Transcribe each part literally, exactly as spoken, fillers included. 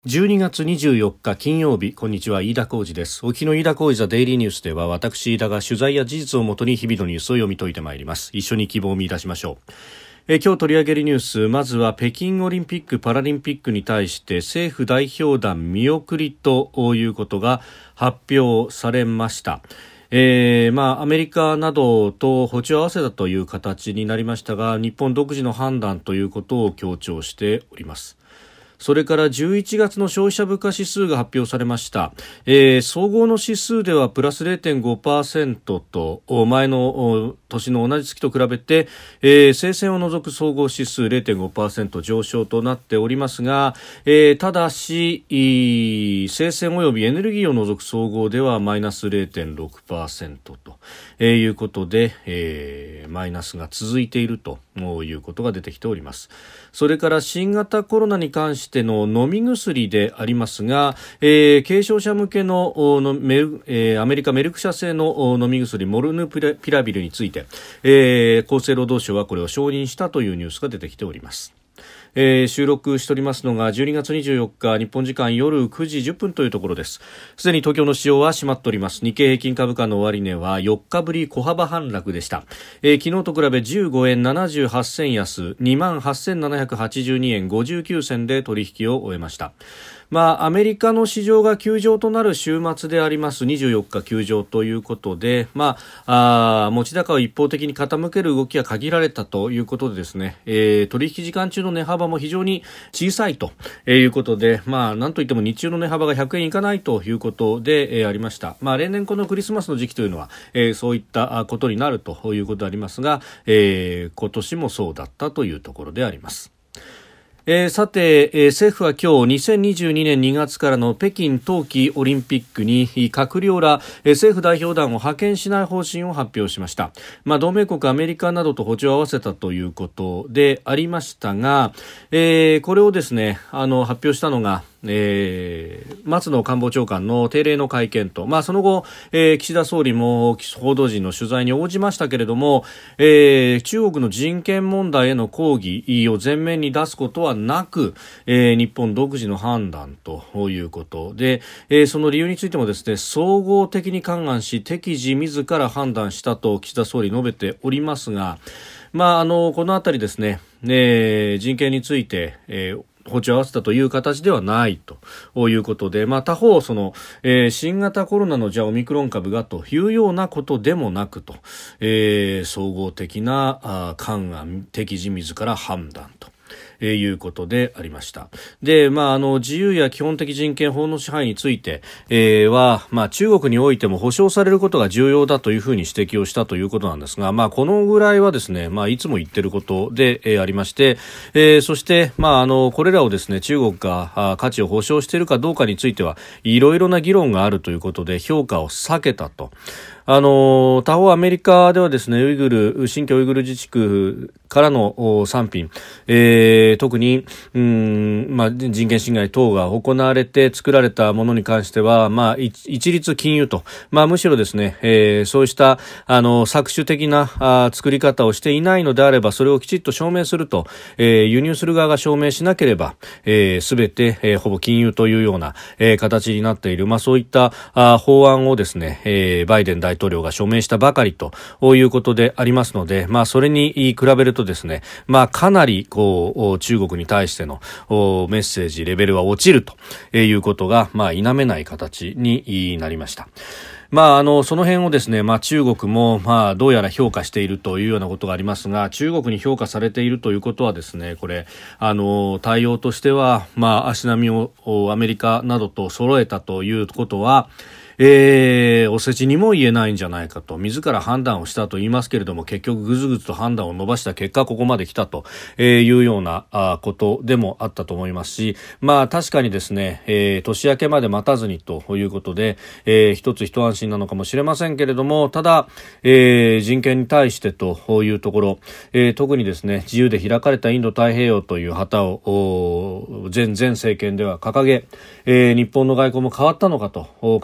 じゅうにがつにじゅうよっか金曜日、こんにちは、飯田浩司です。沖の飯田浩司ザデイリーニュースでは、私飯田が取材や事実をもとに日々のニュースを読み解いてまいります。一緒に希望を見出しましょう。え今日取り上げるニュース、まずは北京オリンピック・パラリンピックに対して政府代表団見送りということが発表されました。えーまあ、アメリカなどと歩調合わせたという形になりましたが、日本独自の判断ということを強調しております。それからじゅういちがつの消費者物価指数が発表されました。えー、総合の指数ではプラス れいてんごパーセント と前の年の同じ月と比べて、えー、生鮮を除く総合指数 れいてんごパーセント 上昇となっておりますが、えー、ただし生鮮及びエネルギーを除く総合ではマイナス れいてんろくパーセント と、えー、いうことで、えー、マイナスが続いているということが出てきております。それから新型コロナに関しての飲み薬でありますが、えー、軽症者向けのメル、えー、アメリカメルク社製の飲み薬モルヌピラビルについて、えー、厚生労働省はこれを承認したというニュースが出てきております。えー、収録しておりますのがじゅうにがつにじゅうよっか日本時間夜くじじゅっぷんというところです。すでに東京の市場は閉まっております。日経平均株価の終値はよっかぶり小幅反落でした。えー、昨日と比べじゅうごえんななじゅうはち銭安 にまんはっせんななひゃくはちじゅうにえんごじゅうきゅう銭で取引を終えました。まあ、アメリカの市場が休場となる週末でありますにじゅうよっか休場ということで、まあ、あ持ち高を一方的に傾ける動きが限られたということでですね、えー、取引時間中の値幅も非常に小さいということで、まあ、なんといっても日中の値幅がひゃくえんいかないということで、えー、ありました。まあ、例年このクリスマスの時期というのは、えー、そういったことになるということでありますが、えー、今年もそうだったというところであります。えー、さて、えー、政府は今日にせんにじゅうにねんにがつからの北京冬季オリンピックに閣僚ら、えー、政府代表団を派遣しない方針を発表しました。まあ、同盟国アメリカなどと歩調を合わせたということでありましたが、えー、これをですねあの発表したのがえー、松野官房長官の定例の会見と、まあ、その後、えー、岸田総理も報道陣の取材に応じましたけれども、えー、中国の人権問題への抗議を前面に出すことはなく、えー、日本独自の判断ということで、えー、その理由についてもですね、総合的に勘案し適時自ら判断したと岸田総理述べておりますが、まあ、あのこのあたりですね、えー、人権について、えー歩調を合わせたという形ではないということで、まあ、他方その、えー、新型コロナのじゃあオミクロン株がというようなことでもなくと、えー、総合的なあ勘案適時自ら判断とえー、いうことでありました。で、まあ、あの、自由や基本的人権法の支配について、えー、は、まあ、中国においても保障されることが重要だというふうに指摘をしたということなんですが、まあ、このぐらいはですね、まあ、いつも言ってることで、えー、ありまして、えー、そして、まあ、あの、これらをですね、中国が価値を保障しているかどうかについては、いろいろな議論があるということで、評価を避けたと。あの他方アメリカではですね、ウイグル新疆ウイグル自治区からの産品、えー、特にうーん、まあ、人権侵害等が行われて作られたものに関しては、まあ、一律禁輸と、まあ、むしろですね、えー、そうしたあの搾取的なあ作り方をしていないのであればそれをきちっと証明すると、えー、輸入する側が証明しなければ、えー、全て、えー、ほぼ禁輸というような、えー、形になっている、まあ、そういったあ法案をですね、えー、バイデン大統領が署名したばかりということでありますので、まあ、それに比べるとですね、まあ、かなりこう中国に対してのメッセージレベルは落ちるということが、まあ、否めない形になりました。まあ、あのその辺をですね、まあ、中国も、まあ、どうやら評価しているというようなことがありますが、中国に評価されているということはですね、これあの対応としては、まあ、足並みをアメリカなどと揃えたということは、えー、お世辞にも言えないんじゃないかと、自ら判断をしたと言いますけれども、結局ぐずぐずと判断を伸ばした結果ここまで来たというようなことでもあったと思いますし、まあ確かにですね、えー、年明けまで待たずにということで、えー、一つ一安心なのかもしれませんけれども、ただ、えー、人権に対してというところ、えー、特にですね、自由で開かれたインド太平洋という旗を前前政権では掲げ、えー、日本の外交も変わったのかと、価値観を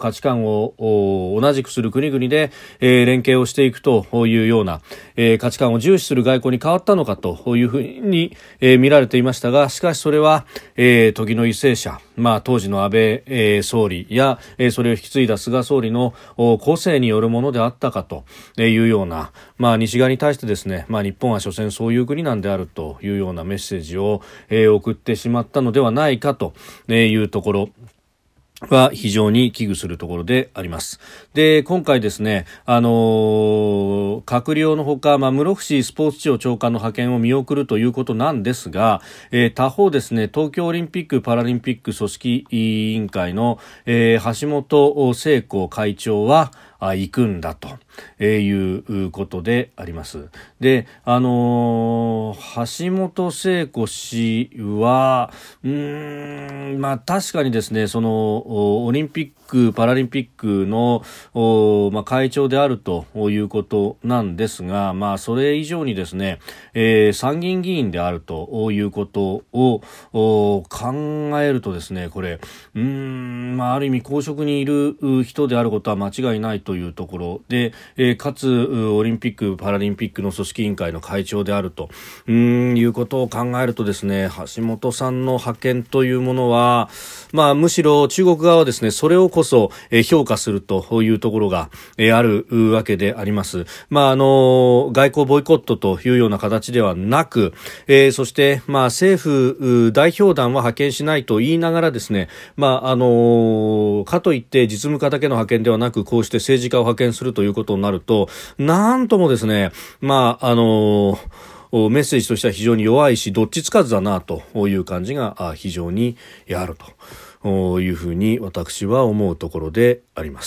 を同じくする国々で、えー、連携をしていくというような、えー、価値観を重視する外交に変わったのかというふうに、えー、見られていましたが、しかしそれは、えー、時の為政者、まあ、当時の安倍、えー、総理や、えー、それを引き継いだ菅総理の個性によるものであったかというような、まあ、西側に対してですね、まあ、日本は所詮そういう国なんであるというようなメッセージを、えー、送ってしまったのではないかというところは非常に危惧するところであります。で、今回ですね、あのー、閣僚のほか、まあ、室伏スポーツ庁長官の派遣を見送るということなんですが、えー、他方ですね、東京オリンピック・パラリンピック組織委員会の、えー、橋本聖子会長は、あ行くんだということであります。で、あのー、橋本聖子氏はうーん、まあ確かにですね、そのオリンピックパラリンピックの、まあ、会長であるということなんですが、まあそれ以上にですね、えー、参議院議員であるということを考えるとですね、これうーん、まあある意味公職にいる人であることは間違いないというところで、えー、かつオリンピックパラリンピックの組織委員会の会長であるとうーんいうことを考えるとですね、橋本さんの派遣というものは、まあむしろ中国側はですね、それをこそ、えー、評価するというところが、えー、あるわけであります。まああの外交ボイコットというような形ではなく、えー、そしてまあ政府代表団は派遣しないと言いながらですね、まああのかといって実務家だけの派遣ではなく、こうして政治家を派遣するということになると、なんともですね、まああのメッセージとしては非常に弱いし、どっちつかずだなという感じが非常にあるというふうに私は思うところであります。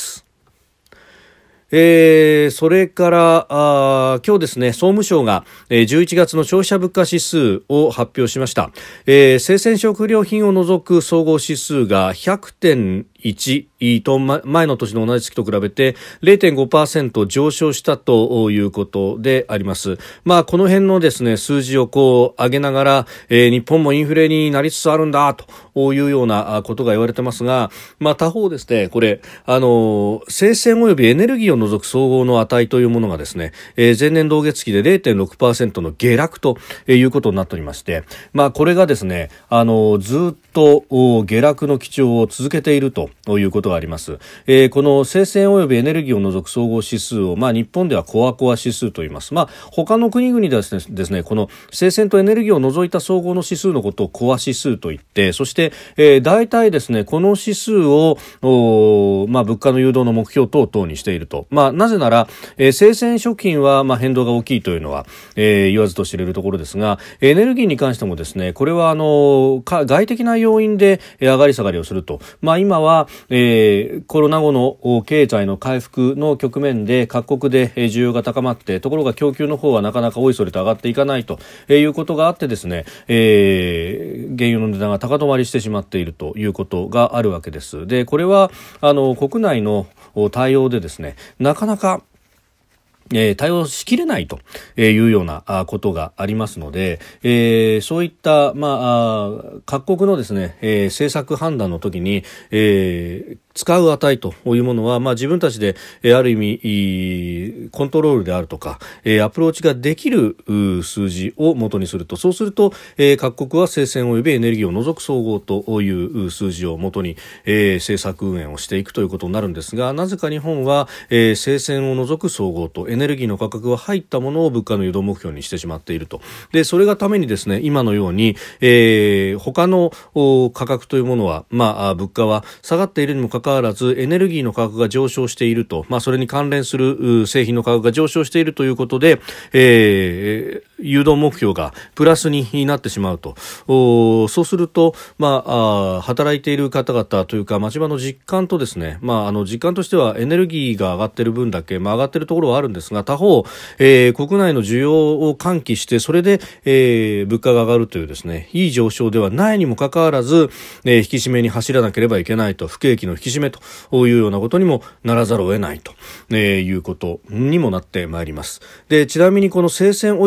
えー、それからあ今日ですね、総務省が、えー、じゅういちがつの消費者物価指数を発表しました。えー、生鮮食料品を除く総合指数が ひゃくてんいち と前の年の同じ月と比べて れいてんごパーセント 上昇したということであります。まあこの辺のですね数字をこう上げながら、えー、日本もインフレになりつつあるんだというようなことが言われてますが、まあ他方ですね、これあの生鮮及びエネルギーを除く総合の値というものがですね、えー、前年同月期で れいてんろくパーセント の下落ということになっておりまして、まあこれがですね、あのずっと下落の基調を続けているということがあります。えー、この生鮮及びエネルギーを除く総合指数を、まあ日本ではコアコア指数と言います。まあ他の国々ではですね、ですねこの生鮮とエネルギーを除いた総合の指数のことをコア指数と言って、そして、えー、大体ですね、この指数を、まあ物価の誘導の目標等々にしていると。まあなぜなら、えー、生鮮食品はまあ変動が大きいというのは、えー、言わずと知れるところですが、エネルギーに関してもですね、これはあの外的な要因で上がり下がりをすると。まあ今は、えー、コロナ後の経済の回復の局面で各国で需要が高まって、ところが供給の方はなかなかおいそれと上がっていかないということがあってですね、えー、原油の値段が高止まりしてしまっているということがあるわけです。で、これはあの国内の対応でですね、なかなかえー、対応しきれないというようなことがありますので、えー、そういった、まあ、各国のですね、えー、政策判断の時に、えー、使う値というものは、まあ、自分たちで、えー、ある意味コントロールであるとか、えー、アプローチができる数字を元にすると、そうすると、えー、各国は生鮮及びエネルギーを除く総合という数字を元に、えー、政策運営をしていくということになるんですが、なぜか日本は、えー、生鮮を除く総合とエネルギーの価格が入ったものを物価の誘導目標にしてしまっていると。で、それがためにですね、今のように、えー、他の価格というものは、まあ、物価は下がっているにもかかわらずエネルギーの価格が上昇していると、まあ、それに関連する製品の価格が上昇しているということで、えー、誘導目標がプラスになってしまうと。そうすると、まあ、あ働いている方々というか町場の実感とですね、まあ、あの実感としてはエネルギーが上がっている分だけ、まあ、上がっているところはあるんですが、他方、えー、国内の需要を喚起してそれで、えー、物価が上がるというですね、いい上昇ではないにもかかわらず、えー、引き締めに走らなければいけないと、不景気の引き締めというようなことにもならざるを得ないと、えー、いうことにもなってまいります。で、ちなみにこの生鮮及びエネルギー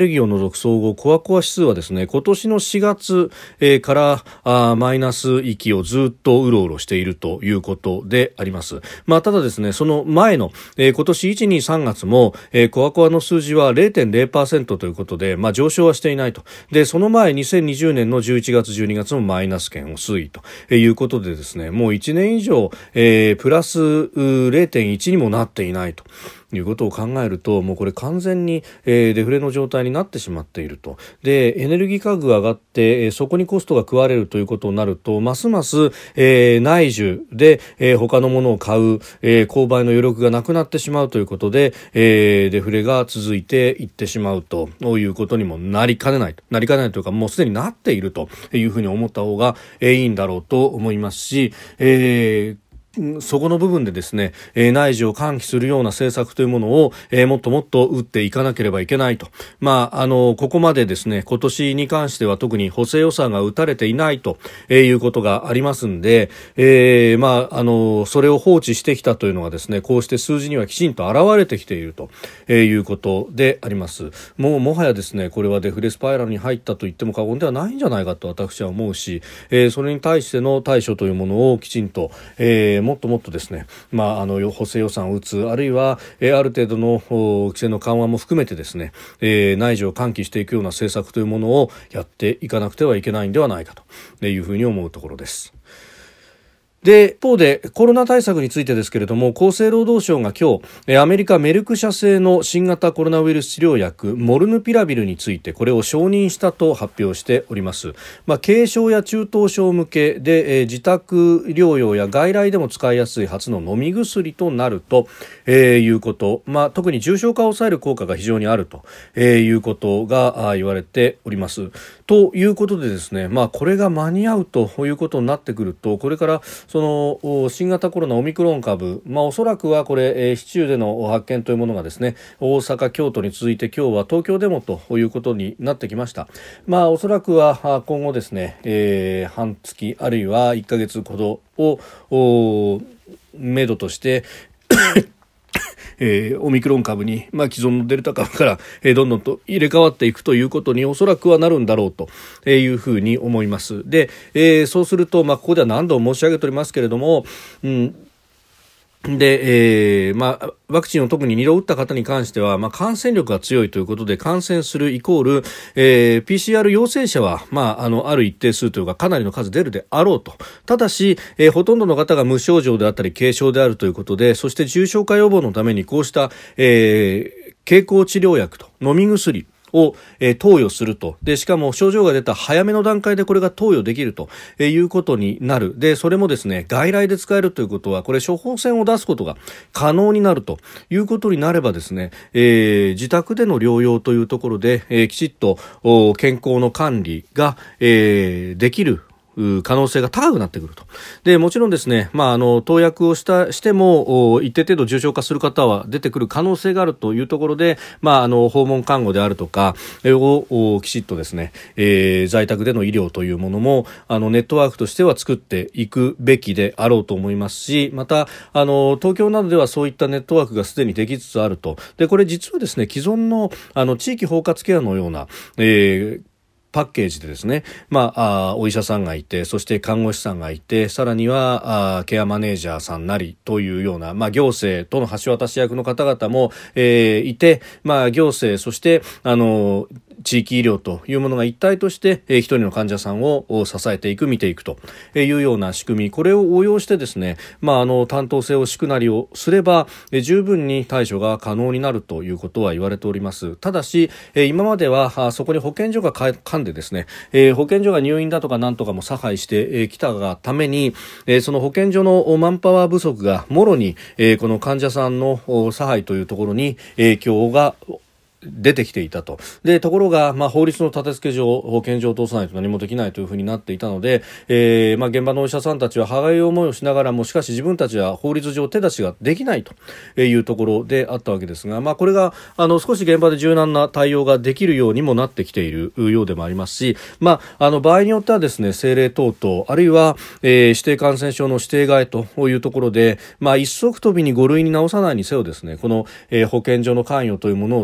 ルギーを除く総合コアコア指数はですね、今年のしがつ、えー、からあマイナス域をずっとうろうろしているということであります。まあ、ただですね、その前の、えー、今年いち、に、さんがつも、えー、コアコアの数字は れいてんれいパーセント ということで、まあ、上昇はしていないと。で、その前にせんにじゅうねんのじゅういちがつじゅうにがつもマイナス圏を推移ということでですね、もういちねん以上、えー、プラス れいてんいち にもなっていないということを考えると、もうこれ完全に、えー、デフレの状態になってしまっていると。で、エネルギー価格が上がって、えー、そこにコストが食われるということになると、ますます、えー、内需で、えー、他のものを買う、えー、購買の余力がなくなってしまうということで、えー、デフレが続いていってしまうということにもなりかねないなりかねないというか、もうすでになっているというふうに思った方が、えー、いいんだろうと思いますし、えーそこの部分でですね、えー、内需を喚起するような政策というものを、えー、もっともっと打っていかなければいけないと。まあ、あの、ここまでですね、今年に関しては特に補正予算が打たれていないと、えー、いうことがありますんで、えー、まあ、あの、それを放置してきたというのがですね、こうして数字にはきちんと現れてきていると、えー、いうことであります。もう、もはやですね、これはデフレスパイラルに入ったと言っても過言ではないんじゃないかと私は思うし、えー、それに対しての対処というものをきちんと、えーもっともっとですね、まあ、あの補正予算を打つ、あるいは、えー、ある程度の規制の緩和も含めてですね、えー、内需を喚起していくような政策というものをやっていかなくてはいけないんではないかというふうに思うところです。で、一方でコロナ対策についてですけれども、厚生労働省が今日アメリカメルク社製の新型コロナウイルス治療薬モルヌピラビルについてこれを承認したと発表しております。まあ、軽症や中等症向けで、えー、自宅療養や外来でも使いやすい初の飲み薬となると、えー、いうこと、まあ、特に重症化を抑える効果が非常にあると、えー、いうことが言われております。ということでですね、まあ、これが間に合うということになってくると、これからその新型コロナオミクロン株、まあ、おそらくはこれ、えー、市中での発見というものがですね、大阪、京都に続いて今日は東京でもということになってきました。まあ、おそらくは今後ですね、えー、半月あるいはいっかげつほどをめどとしてえー、オミクロン株に、まあ、既存のデルタ株から、えー、どんどんと入れ替わっていくということにおそらくはなるんだろうというふうに思います。で、えー、そうすると、まあ、ここでは何度も申し上げておりますけれども、うんで、えー、まあ、ワクチンを特ににど打った方に関しては、まあ、感染力が強いということで、感染するイコール、えー、ピーシーアール 陽性者は、まあ、あの、ある一定数というか、かなりの数出るであろうと。ただし、えー、ほとんどの方が無症状であったり、軽症であるということで、そして重症化予防のために、こうした、えー、経口治療薬と飲み薬、を、えー、投与すると。で、しかも症状が出た早めの段階でこれが投与できると、えー、いうことになる。で、それもですね、外来で使えるということは、これ処方箋を出すことが可能になるということになればですね、えー、自宅での療養というところで、えー、きちっと健康の管理が、えー、できる可能性が高くなってくると。で、もちろんですね、まあ、あの、投薬をしたしても一定程度重症化する方は出てくる可能性があるというところで、まあ、あの、訪問看護であるとかをきちっとですね、えー、在宅での医療というものもあのネットワークとしては作っていくべきであろうと思いますし、またあの東京などではそういったネットワークがすでにできつつあると。で、これ実はですね、既存のあの地域包括ケアのような、えーパッケージでですね、まあ、あお医者さんがいて、そして看護師さんがいて、さらにはあケアマネージャーさんなりというような、まあ、行政との橋渡し役の方々も、えー、いて、まあ、行政、そしてあの地域医療というものが一体として、えー、一人の患者さんを支えていく、見ていくというような仕組み、これを応用してですね、まあ、あの担当性を敷くなりをすれば、えー、十分に対処が可能になるということは言われております。ただし、えー、今まではあそこに保健所が噛んでですね、えー、保健所が入院だとかなんとかも差配してきたがために、えー、その保健所のマンパワー不足がもろに、えー、この患者さんの差配というところに影響が出てきていたと。で、ところが、まあ、法律の立て付け上、保健所を通さないと何もできないというふうになっていたので、えー、まあ、現場のお医者さんたちは歯がゆい思いをしながらも、しかし自分たちは法律上手出しができないというところであったわけですが、まあ、これが、あの、少し現場で柔軟な対応ができるようにもなってきているようでもありますし、まあ、あの、場合によってはですね、政令等々、あるいは、えー、指定感染症の指定外というところで、まあ、一足飛びにご類に直さないにせよですね、この、えー、保健所の関与というものを少し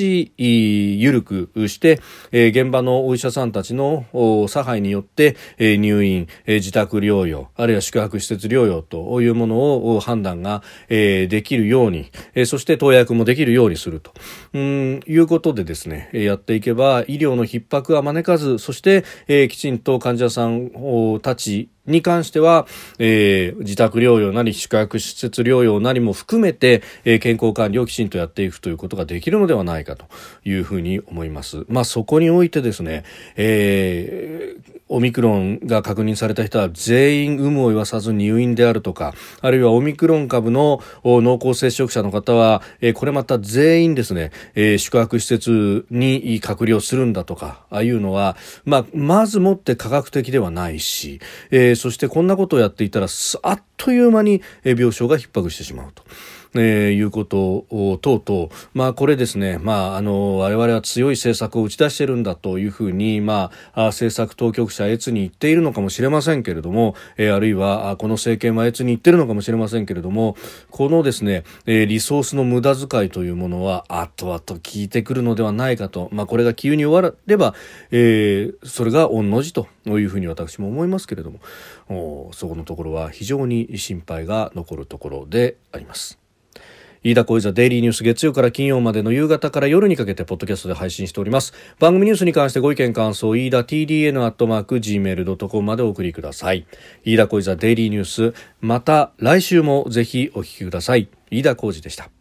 し緩くして、えー、現場のお医者さんたちの差配によって、えー、入院、えー、自宅療養あるいは宿泊施設療養というものを判断が、えー、できるように、えー、そして投薬もできるようにするとうんいうことでですね、やっていけば医療の逼迫は招かず、そして、えー、きちんと患者さんたちに関しては、えー、自宅療養なり宿泊施設療養なりも含めて、えー、健康管理をきちんとやっていくということができるのではないかというふうに思います。まあそこにおいてですね、えー、オミクロンが確認された人は全員有無を言わさず入院であるとか、あるいはオミクロン株の濃厚接触者の方は、えー、これまた全員ですね、えー、宿泊施設に隔離をするんだとか、ああいうのは、まあ、まずもって科学的ではないし、えー、そしてこんなことをやっていたらあっという間に病床が逼迫してしまうと。えー、いうことを等々、まあこれですね、まああの我々は強い政策を打ち出しているんだというふうに、まあ政策当局者越に言っているのかもしれませんけれども、えー、あるいはこの政権は越に言っているのかもしれませんけれども、このですね、えー、リソースの無駄遣いというものは後々効いてくるのではないかと、まあこれが急に終われば、えー、それが御の字というふうに私も思いますけれども、そこのところは非常に心配が残るところであります。飯田浩司ザデイリーニュース、月曜から金曜までの夕方から夜にかけてポッドキャストで配信しております。番組ニュースに関してご意見感想、飯田 ティーディーエヌ アットマーク ジーメール ドットコム までお送りください。飯田浩司ザデイリーニュース、また来週もぜひお聞きください。飯田浩司でした。